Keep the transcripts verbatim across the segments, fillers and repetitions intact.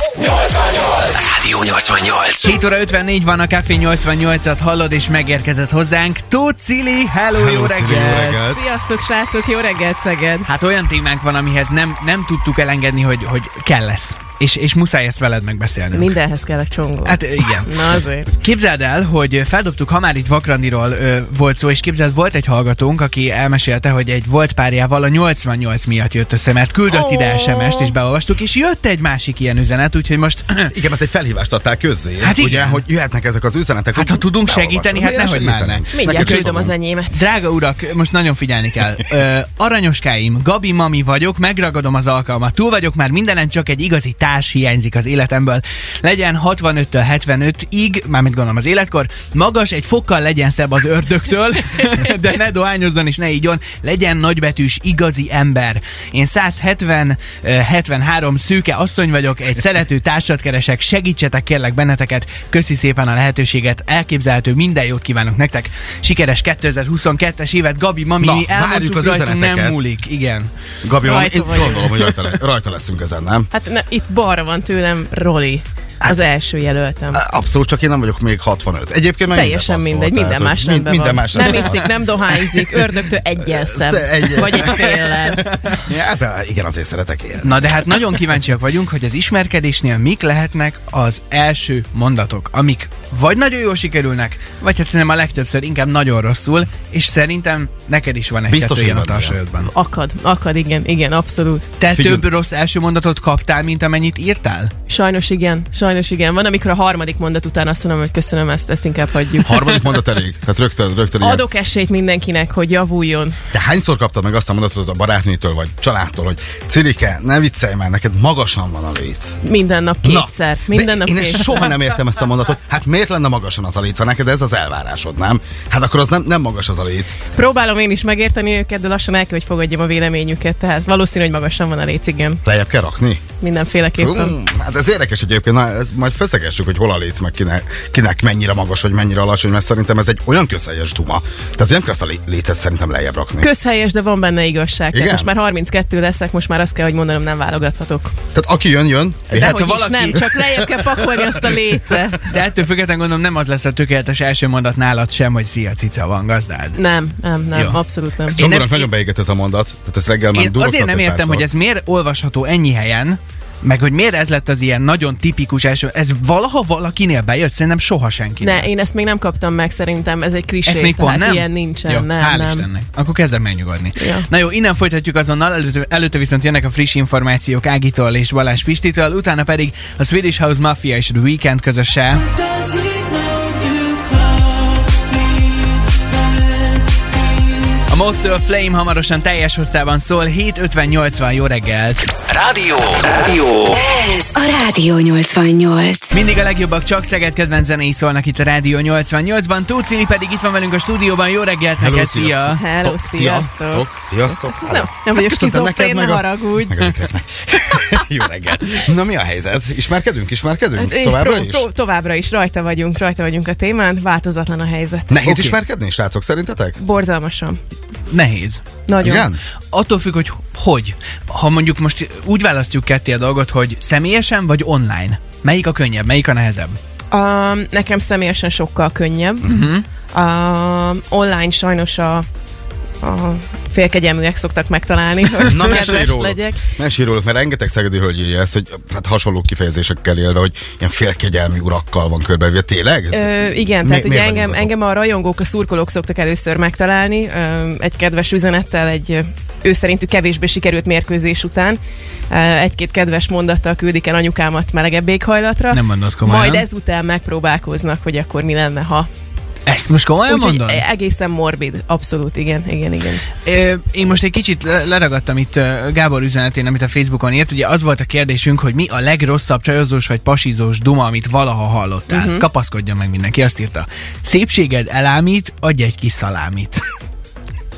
nyolcvannyolc Rádió nyolcvannyolc. hét óra ötvennégy van, a Café nyolcvannyolcat hallod, és megérkezett hozzánk Tóth Cili. Hello, hello, jó reggelt! Cili, jó reggelt! Sziasztok, srácok, jó reggelt, Szeged! Hát olyan témánk van, amihez nem, nem tudtuk elengedni, hogy, hogy kell lesz. És, és muszáj ezt veled megbeszélni. Mindenhez kell a csongó. Hát igen. Na azért. Képzeld el, hogy feldobtuk, ha már itt Vakrandiról ö, volt szó, és képzeld, volt egy hallgatónk, aki elmesélte, hogy egy volt párjával a nyolcvannyolc miatt jött össze, mert küldött oh. ide es em est, és beolvastuk, és jött egy másik ilyen üzenet, úgyhogy most... Igen, mert egy felhívást adtál közzé. Hát ugye, igen. hogy jöhetnek ezek az üzenetek. Hát ha tudunk segíteni, hát nehogy már ne. Mindjárt küldöm az enyémet. Drága urak, most nagyon figyelni kell. Ö, aranyoskáim, Gabi mami vagyok, megragadom az alkalmat. Túl vagyok már mindenen, csak egy igazi társ hiányzik az életemből. Legyen hatvanöttől hetvenötig, mármint gondolom az életkor, magas, egy fokkal legyen szebb az ördögtől, de ne dohányozzon és ne ígyon, legyen nagybetűs, igazi ember. Én száz hetven hetvenhárom szűke asszony vagyok, egy szerető társat keresek, segítsetek kérlek benneteket, köszi szépen a lehetőséget, elképzelhető, minden jót kívánok nektek, sikeres kétezer-huszonkettes évet, Gabi mami, Na, mi elmondtuk rajtunk, nem múlik, igen. Gabi mami, én vagyunk. gondolom, hogy rajta, le, rajta leszünk ezen, nem? Hát ne, itt balra van tőlem Roli. Az első jelöltem. Abszolút, csak én nem vagyok még hatvanöt. Egyébként meg teljesen minden mindegy, passzol, minden tehát, más hogy rendben minden van. más Nem rendben van. iszik, nem dohányzik, ördögtől egyel szebb. Egy- Vagy egy féllel. Ja, hát igen, azért szeretek élni. Na de hát nagyon kíváncsiak vagyunk, hogy az ismerkedésnél mik lehetnek az első mondatok, amik vagy nagyon jól sikerülnek, vagy hát szerintem a legtöbbször inkább nagyon rosszul, és szerintem neked is van Biztos, egy-kettő ilyen a hogy van tartsajodban. Akad, akad, igen, igen, abszolút. Te Figyelj. több rossz első mondatot kaptál, mint amennyit írtál? Sajnos igen, sajnos igen. Van, amikor a harmadik mondat után azt mondom, hogy köszönöm, ezt, ezt inkább hagyjuk. Harmadik mondat elég. Tehát rögtön, rögtön ilyen. Adok esélyt mindenkinek, hogy javuljon. Te hányszor kaptad meg azt a mondatot a barátnőtől, vagy családtól, hogy Cilike, ne viccelj már, neked magasan van a léc. Minden nap kétszer. Na, Minden de nap én kétszer. ezt soha nem értem ezt a mondatot. Hát miért lenne magasan az a léc, ha neked ez az elvárásod, nem? Hát akkor az nem, nem magas az a léc. Próbálom én is megérteni őket, de lassan el kell, hogy fogadjam a véleményüket. Tehát valószínű, hogy magasan van a léc, igen. Lejjebb kell rakni? Mindenféleképpen. Hú, hát ez érdekes egyébként, na, ez majd feszegessük, hogy hol a léc, meg kinek, kinek mennyire magas, vagy mennyire alacsony, mert szerintem ez egy olyan közhelyes duma. Tehát nem kell azt a lé- lécet szerintem lejjebb rakni. Közhelyes, de van benne igazság. Tehát Igen? most már harminckettő leszek, most már azt kell, hogy mondanom, nem válogathatok. Tehát aki jön, jön. De hát, hogy ha is valaki- nem, csak lejjebb kell pakolni azt a lécet. De ettől függetlenül gondolom nem az lesz a tökéletes első mondat nálad sem, hogy szia cica, van gazdád. Nem, nem, nem, Jó. abszolút nem. Csongornak nem- nagyon beégett ez a mondat. Tehát ez reggel már Én durogtat azért nem egy értem, párszor. hogy ez miért olvasható ennyi helyen, meg hogy miért ez lett az ilyen nagyon tipikus első, ez valaha valakinél bejött, szerintem soha senkinél. Ne, én ezt még nem kaptam meg, szerintem ez egy klisé. Ezt még pont tehát nem? ilyen nincsen, Jó, nem, hál' nem. Istennek. Akkor kezdem megnyugodni. Ja. Na jó, innen folytatjuk azonnal, előtte, előtte viszont jönnek a friss információk Ágitól és Balázs Pistitől, utána pedig a Swedish House Mafia és The Weeknd közöse. A Moth Flame hamarosan teljes hosszában szól, hét ötvennyolc van, jó reggelt! Rádió. Rádió. Ez a Rádió nyolcvannyolc. Mindig a legjobbak, csak Szeged kedvenc zenéi szólnak itt a Rádió nyolcvannyolcban. Tóth Cili pedig itt van velünk a stúdióban. Jó reggelt Hello, neked, szia! sziasztok. Hello, Sziasztok. sziasztok. Sziasztok. Nem, nem vagyok Köszöntöm neked, skizofrén, ne meg a- haragudj. meg az ikreknek. Jó reggelt. Na mi a helyzet? Ismerkedünk? Ismerkedünk? Hát, és Továbbra pró- is? to- továbbra is, rajta vagyunk, rajta vagyunk a témán, változatlan a helyzet. Nehéz Oké. ismerkedni, srácok, szerintetek? Borzalmasan. Nehéz. Nagyon. Igen? Attól függ, hogy hogy. Ha mondjuk most úgy választjuk ketté a dolgot, hogy személyesen vagy online. Melyik a könnyebb, melyik a nehezebb? Um, nekem személyesen sokkal könnyebb. Uh-huh. Um, online sajnos a, a félkegyelműek szoktak megtalálni, hogy Na mesélj kedves róluk. legyek. Mesélj róluk, mert rengeteg szegedi hölgy írja ezt, hogy hát hasonló kifejezésekkel élve, hogy ilyen félkegyelmi urakkal van körbevéve. Tényleg? Ö, igen, Mi- tehát ugye miért engem, vagyunk azok? engem a rajongók, a szurkolók szoktak először megtalálni, ö, egy kedves üzenettel, egy ö, ő szerintük kevésbé sikerült mérkőzés után. Ö, egy-két kedves mondattal küldik el anyukámat melegebb éghajlatra. Nem mondod komolyan? Majd ezután megpróbálkoznak, hogy akkor mi lenne, ha. Ezt most komolyan Úgyhogy mondod? egészen morbid, abszolút, igen, igen, igen. Ö, Én most egy kicsit le- leragadtam itt ö, Gábor üzenetén, amit a Facebookon írt. Ugye az volt a kérdésünk, hogy mi a legrosszabb csajozós vagy pasizós duma, amit valaha hallottál. Uh-huh. Kapaszkodjon meg mindenki, azt írta. Szépséged elámít, adj egy kis szalámit.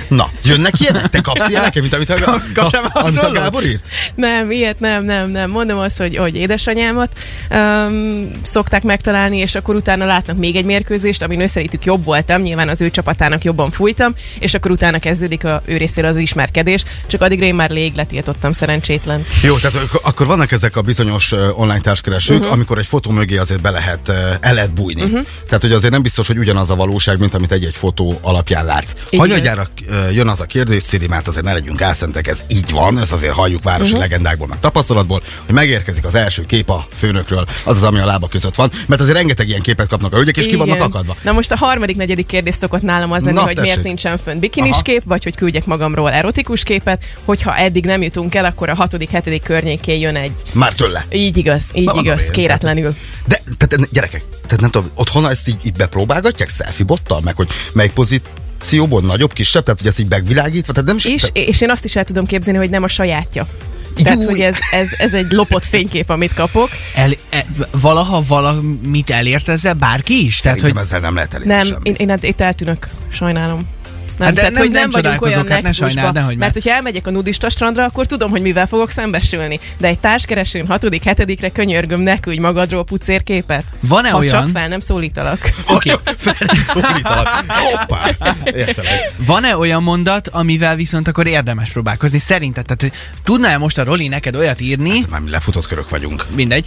Na, jönnek ilyenek? Te kapsz ilyeneket, mint amit a, Kapsz a, a, amit a Gábor írt? Nem, ilyet nem, nem, nem. Mondom azt, hogy, hogy édesanyámat um, szokták megtalálni, és akkor utána látnak még egy mérkőzést, amin ő szerintük jobb voltam, nyilván az ő csapatának jobban fújtam, és akkor utána kezdődik a ő részéről az ismerkedés, csak addigra én már rég letiltottam szerencsétlen. Jó, tehát ak- akkor vannak ezek a bizonyos uh, online társkeresők, uh-huh. amikor egy fotó mögé azért be lehet, uh, el lehet bújni. Uh-huh. Tehát, hogy azért nem biztos, hogy ugyanaz a valóság, mint amit egy-egy fotó alapján látsz. Hanyadjára uh, jön az a kérdés, Szili, mert azért ne legyünk álszentek, ez így van, ezt azért halljuk városi uh-huh. legendákból, meg tapasztalatból, hogy megérkezik az első kép a főnökről, az az, ami a lába között van, mert azért rengeteg ilyen képet kapnak a hölgyek, és igen. ki vannak akadva. Na most a harmadik, negyedik kérdés szokott nálam az lenni, Na, hogy tessék. miért nincsen fönn bikinis Aha. kép, vagy hogy küldjek magamról erotikus képet, hogyha eddig nem jutunk el, akkor a hatodik, hetedik környékén jön egy. Már tőle. Így igaz, így Na, igaz, mondom, kéretlenül. De, tehát gyerekek, tehát nem tudom, otthon ezt így, így bepróbálgatják selfie bottal, meg hogy melyik pozícióból nagyobb, kisebb, tehát hogy ezt így megvilágítva, tehát nem is... És, te... és én azt is el tudom képzelni, hogy nem a sajátja. Tehát, hogy ez, ez, ez egy lopott fénykép, amit kapok. El, e, valaha valamit elért ezzel bárki is? Tehát, Szerintem hogy ezzel nem lehet elérni Nem, semmit. én, én hát itt eltűnök, sajnálom. Nem, Hát de tehát, nem- hogy nem nem, vagyunk olyan csodálkozok, hát ne nexusba, sajnáld, nehogy már. mert hogyha elmegyek a nudista strandra, akkor tudom, hogy mivel fogok szembesülni. De egy társkeresőn hatodik, hetedikre könyörgöm, ne küldj magadról pucérképet. Van-e ha olyan- csak fel nem szólítalak. Oké. Szólítalak. Hoppá. Értelek. van-e olyan mondat, amivel viszont akkor érdemes próbálkozni? Szerinted, tehát, hogy tudná-e most a Roli neked olyat írni, Már mi lefutott körök vagyunk. mindegy,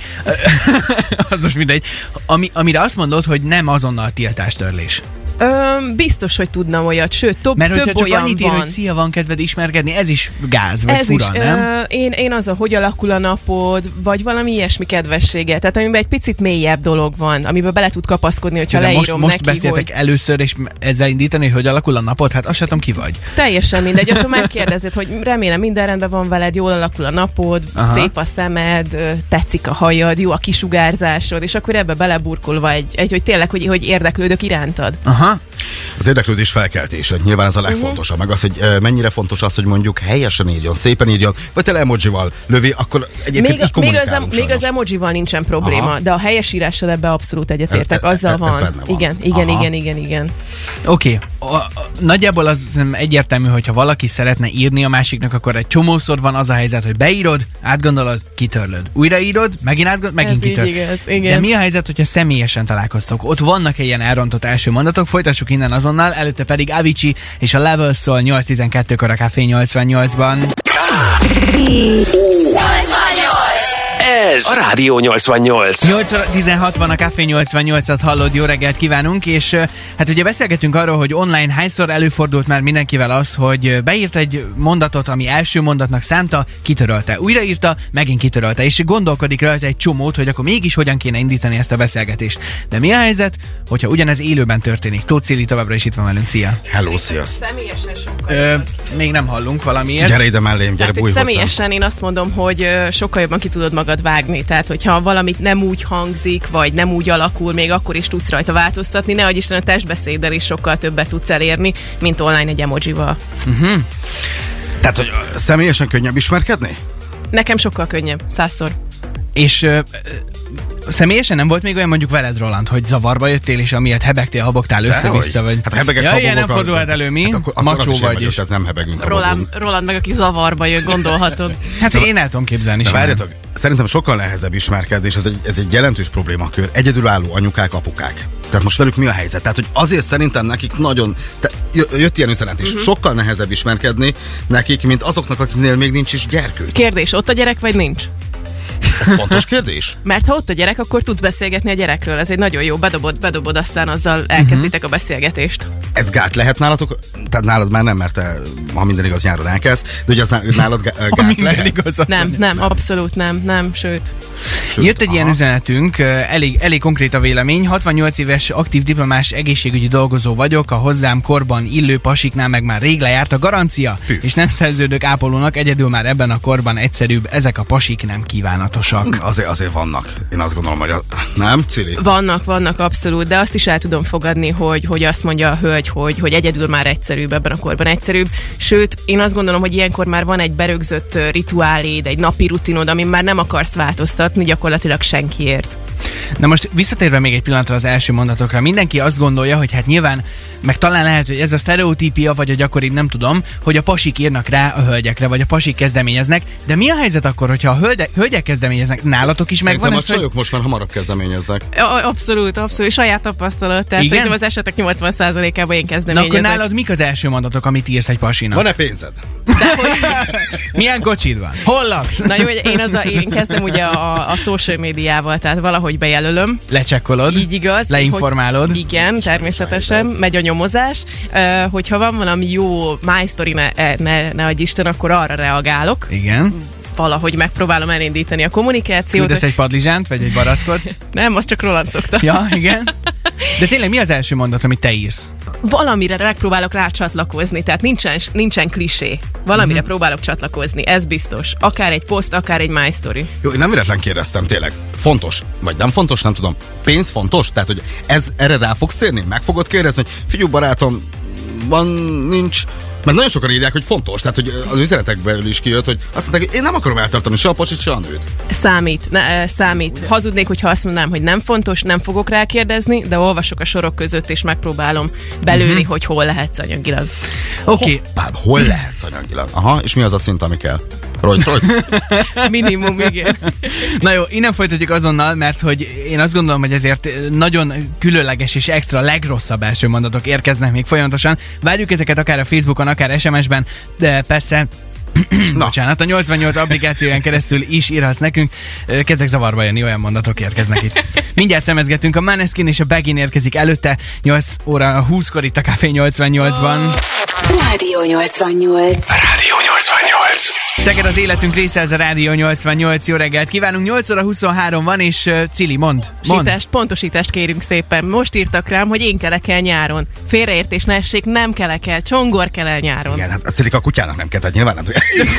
az most mindegy, ami, amire azt mondod, hogy nem azonnal tiltástörlés. Ö, biztos, hogy tudnam olyat, sőt, több, Mert hogyha több csak olyan annyit ír, van. hogy szia, van kedved ismerkedni, ez is gáz, vagy Ez fura, is. nem? Ö, én, én az a, hogy alakul a napod, vagy valami ilyesmi kedvessége. Tehát amiben egy picit mélyebb dolog van, amiben bele tud kapaszkodni, hogyha De most, leírom most neki, beszéltek hogy először, és ezzel indítani, hogy alakul a napod, hát azt sem tudom, ki vagy. teljesen mindegy. Attól megkérdezed, hogy remélem minden rendben van veled, jól alakul a napod, Aha. szép a szemed, ö, tetszik a hajad, jó a kisugárzásod, és akkor ebbe beleburkolva egy, egy hogy tényleg, hogy, hogy érdeklődök irántad. Aha. Az érdeklődés felkeltése, nyilván ez a legfontosabb, uh-huh. meg az, hogy uh, mennyire fontos az, hogy mondjuk helyesen írjon, szépen írjon, vagy tele emojival lövi, akkor egyébként Még, így még, az, kommunikálunk még az sajnos. emojival nincsen probléma, Aha. de a helyesírással ebbe abszolút egyetértek, Ez- ez- azzal ez van. benne van. Igen, igen, Aha. igen, igen, igen. Oké, okay. Nagyjából az szerintem egyértelmű, hogyha valaki szeretne írni a másiknak, akkor egy csomószor van az a helyzet, hogy beírod, átgondolod, kitörlöd. Újraírod, megint átgondolod, megint Ez így kitörlöd. igaz, igen. De mi a helyzet, hogyha személyesen találkoztok? Ott vannak ilyen elrontott első mondatok, folytassuk innen azonnal, előtte pedig Avicii és a Level szól nyolc tizenkettőkor a Café nyolcvannyolcban. Ez a Rádió nyolcvannyolc. nyolc óra tizenhat van, a Café nyolcvannyolcat hallod, jó reggelt kívánunk, és ö, hát ugye beszélgetünk arról, hogy online hányszor előfordult már mindenkivel az, hogy ö, beírt egy mondatot, ami első mondatnak szánta, kitörölte, újraírta, megint kitörölte, és gondolkodik rajta egy csomót, hogy akkor mégis hogyan kéne indítani ezt a beszélgetést. De mi a helyzet, hogyha ugyanez élőben történik? Tóth Cili továbbra is itt van velünk, szia! Hello, sziasztok! Személyesen sokkal Ö, még nem hallunk valamiért. Gyere ide mellém, gyere, Tehát, bújj hogy hozzám. személyesen én azt mondom, hogy ö, sokkal jobban ki tudod magad vágni. Tehát, hogyha valamit nem úgy hangzik, vagy nem úgy alakul, még akkor is tudsz rajta változtatni. Nehogy Isten, a testbeszéddel is sokkal többet tudsz elérni, mint online egy emojival. Tehát, hogy ö, személyesen könnyebb ismerkedni? Nekem sokkal könnyebb, százszor. És ö, ö, személyesen nem volt még olyan mondjuk veled, Roland, hogy zavarba jöttél, és amiatt hebegtél, habogtál össze-vissza, Dehogy. vagy... Hát hebegek, ja, ilyen nem habogok, fordulhat elő, mi? Hát akkor, akkor Macsó az is én vagy, vagyok, és... tehát nem hebegünk. Roland, habogunk. Roland meg, aki zavarba jön, gondolhatod. Hát én el tudom képzelni. De simán. várjatok, szerintem sokkal nehezebb ismerkedni, és ez egy, ez egy jelentős problémakör. Egyedülálló anyukák, apukák. Tehát most velük mi a helyzet? Tehát, hogy azért szerintem nekik nagyon... Te, jö- jött ilyen üzenet is. Uh-huh. Sokkal nehezebb ismerkedni nekik, mint azoknak, akiknél még nincs is gyerkőc. Kérdés, ott a gyerek vagy nincs? Ez fontos kérdés? Mert ha ott a gyerek, akkor tudsz beszélgetni a gyerekről. Ez egy nagyon jó, bedobod, bedobod, aztán azzal elkezditek a beszélgetést. Ez gát lehet nálatok? Tehát nálad már nem, mert te, ha minden igaz, nyáron elkezd, de ugye az ná- nálad gá- gát Minden lehet? igaz, azt Nem, mondja. nem, abszolút nem, nem, sőt. Sőt, Jött egy ilyen aha. üzenetünk, ö, elég, elég konkrét a vélemény. hatvannyolc éves aktív diplomás egészségügyi dolgozó vagyok, a hozzám korban illő pasiknál meg már rég lejárt a garancia, Hű. és nem szerződök ápolónak, egyedül már ebben a korban egyszerűbb, ezek a pasik nem kívánatosak. Azért, azért vannak. Én azt gondolom, hogy a... Nem, Cili? Vannak, vannak abszolút, de azt is el tudom fogadni, hogy, hogy azt mondja a hölgy, hogy, hogy egyedül már egyszerűbb, ebben a korban egyszerűbb. Sőt, én azt gondolom, hogy ilyenkor már van egy berögzött ö, rituáléd, egy napi rutinod, amin már nem akarsz változtatni gyakorlatilag senkiért. Na most visszatérve még egy pillanatra az első mondatokra, mindenki azt gondolja, hogy hát nyilván, meg talán lehet, hogy ez a sztereotípia, vagy a gyakoribb, nem tudom, hogy a pasik írnak rá a hölgyekre, vagy a pasik kezdeményeznek, de mi a helyzet akkor, hogyha a hölgyek, hölgyek kezdeményeznek? Nálatok is Szerintem megvan a ez, hogy... csajok most már hamarabb kezdeményeznek. Abszolút, abszolút. Saját tapasztalat. Tehát Igen? szerintem az esetek nyolcvan százalékában én Na kezdeményezek. akkor nálad mik az első mondatok, amit írsz egy pasinak? Van-e pénzed? Milyen kocsid van? Hol laksz? Na jó, én, az a, én kezdem ugye a, a social médiával, tehát valahogy bejelölöm. Lecsekkolod? Így igaz. Leinformálod? Hogy, igen, természetesen. Megy a nyomozás. Uh, hogyha van valami jó my story, ne, ne, ne adj Isten, akkor arra reagálok. Igen. Valahogy megpróbálom elindítani a kommunikációt. Küldesz egy padlizsánt, vagy egy barackot? Nem, azt csak Roland szokta. Ja, igen. De tényleg mi az első mondat, amit te írsz? Valamire megpróbálok rácsatlakozni, tehát nincsen, nincsen klisé. Valamire uh-huh. próbálok csatlakozni, ez biztos. Akár egy poszt, akár egy my story. Jó, én nem véletlen kérdeztem, tényleg. Fontos, vagy nem fontos, nem tudom. Pénz fontos? Tehát, hogy ez erre rá fogsz térni? Meg fogod kérdezni, hogy figyelj barátom, van, nincs... Mert nagyon sokan írják, hogy fontos, tehát hogy az üzenetekből is kijött, hogy azt mondták, hogy én nem akarom eltartani se a pasit, se a nőt. Számít, ne, számít. Ugye? Hazudnék, hogyha azt mondanám, hogy nem fontos, nem fogok rákérdezni, de olvasok a sorok között, és megpróbálom belőni, uh-huh. hogy hol lehetsz anyagilag. Oké. Okay. Hol lehetsz anyagilag? Aha, és mi az a szint, ami kell? Rolls Royce? Minimum, igen. Na jó, innen folytatjuk azonnal, mert hogy én azt gondolom, hogy ezért nagyon különleges és extra legrosszabb első mondatok érkeznek még folyamatosan. Várjuk ezeket akár a Facebookon, akár es em es-ben, de persze bocsánat, a nyolcvannyolc applikációján keresztül is írhatsz nekünk. Kezdek zavarba jönni, olyan mondatok érkeznek itt. Mindjárt szemezgetünk, a Maneskin és a Begin érkezik előtte, nyolc óra húszkor itt a Café nyolcvannyolcban. Rádió nyolcvannyolc. Rádió nyolcvannyolc. Szeged az életünk része, ez a Rádió nyolcvannyolc. Jó reggelt kívánunk, nyolc óra huszonhárom van, és uh, Cili, mond. mond. Sítást, pontosítást kérünk szépen. Most írtak rám, hogy én kelek el nyáron. Félreértés ne essék, nem kelek el, csongor kell el nyáron. Igen, hát a Cilika a kutyának nem kell, tehát nyilván nem.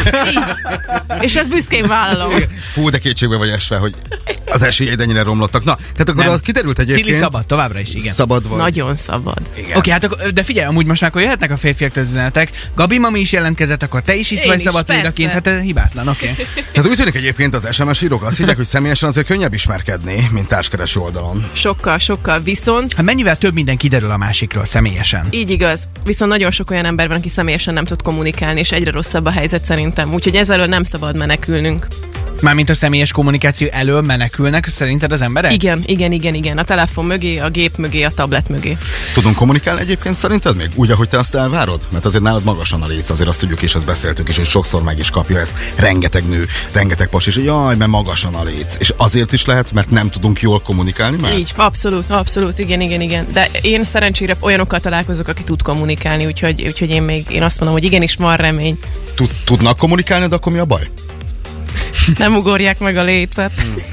És ezt büszkén vállalom. Fú, de kétségbe vagy esve, hogy az esélyeid ennyire romlottak. Na, tehát akkor az kiderült egyébként. Cili szabad, továbbra is, igen. Szabad vagy. Nagyon szabad. Oké, okay, hát akkor, de figyelj, amúgy most már akkor jöhetnek a férfiaktól üzenetek. Gabi mami is jelentkezett, akkor te is itt Én vagy is, szabad példaként, hát hibátlan, oké. Okay. Tehát úgy tűnik egyébként az es em es írók azt hívják, hogy személyesen azért könnyebb ismerkedni, mint társkereső oldalon. Sokkal, sokkal, viszont... Hát mennyivel több minden kiderül a másikról személyesen. Így igaz. Viszont nagyon sok olyan ember van, aki személyesen nem tud kommunikálni, és egyre rosszabb a helyzet szerintem. Úgyhogy ezzel nem szabad menekülnünk. Mármint a személyes kommunikáció elől menekülnek szerinted az emberek? Igen, igen, igen, igen. A telefon mögé, a gép mögé, a tablet mögé. Tudunk kommunikálni egyébként szerinted még? Úgy, ahogy te azt elvárod? Mert azért nálad magasan a léc, azért azt tudjuk, és ezt beszéltük is, hogy sokszor meg is kapja ezt rengeteg nő, rengeteg pas, és jaj, mert magasan a léc. És azért is lehet, mert nem tudunk jól kommunikálni már? Így, abszolút, abszolút, igen, igen, igen. De én szerencsére olyanokkal találkozok, aki tud kommunikálni, úgyhogy, úgyhogy én még én azt mondom, hogy igenis van remény. Tudnak kommunikálni, de akkor mi a baj? Nem ugorják meg a lécet.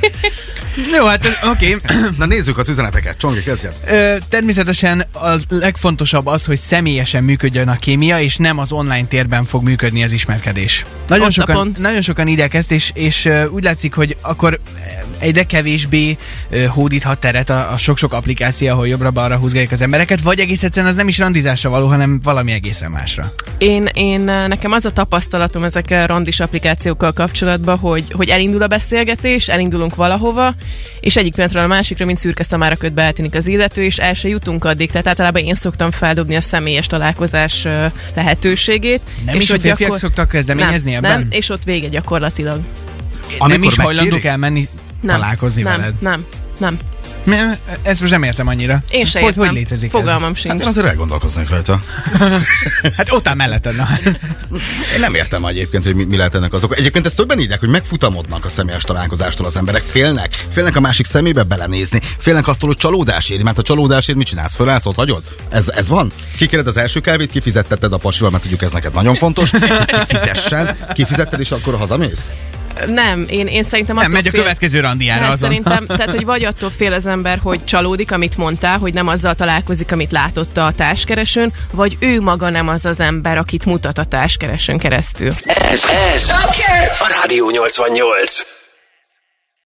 Jó, hát oké. Okay. Na nézzük az üzeneteket. Csongi, kezdjed. Ö, természetesen a legfontosabb az, hogy személyesen működjön a kémia, és nem az online térben fog működni az ismerkedés. Nagyon sokan, nagyon sokan írják ezt, és, és uh, úgy látszik, hogy akkor egyre kevésbé uh, hódíthat teret a, a sok-sok applikáció, ahol jobbra-balra húzgálják az embereket, vagy egész egyszerűen az nem is randizásra való, hanem valami egészen másra. Én, én nekem az a tapasztalatom ezekkel a randis applikációkkal kapcsolatban, hogy, hogy elindul a beszélgetés, elindulunk valahova, és egyik pillanatról a másikra, mint szürke szamára ködbe eltűnik az illető, és el se jutunk addig. Tehát általában én szoktam feldobni a személyes találkozás lehetőségét. Nem és is a férfiak gyakor... szoktak kezdeményezni nem, ebben? Nem, és ott vége gyakorlatilag. Amikor nem is hajlandók elmenni nem, találkozni nem, veled? Nem, nem. Nem, ezt most nem értem annyira. Én se hogy, értem. hogy létezik Fogalmam ez? sincs. Hát én azért elgondolkoznék rajta. Hát ott áll melletted, na. Én nem értem egyébként, hogy mi, mi lehet ennek azok. Egyébként ezt többen írják, hogy megfutamodnak a személyes találkozástól az emberek. Félnek. Félnek a másik szemébe belenézni. Félnek attól, hogy csalódás éri. Mert a csalódásért mit csinálsz? Fölállsz, ott hagyod? Ez, ez van? Kikéred az első kávét, kifizettetted a pasival, mert tudjuk, ez neked nagyon fontos. Kifizessen. Kifizetted, és akkor hazamész? Nem, én, én szerintem nem, attól megy a fél... következő randiára nem, azon. Szerintem, tehát, hogy vagy attól fél az ember, hogy csalódik, amit mondtál, hogy nem azzal találkozik, amit látott a társkeresőn, vagy ő maga nem az az ember, akit mutat a társkeresőn keresztül. Ez, ez a Rádió nyolcvannyolc.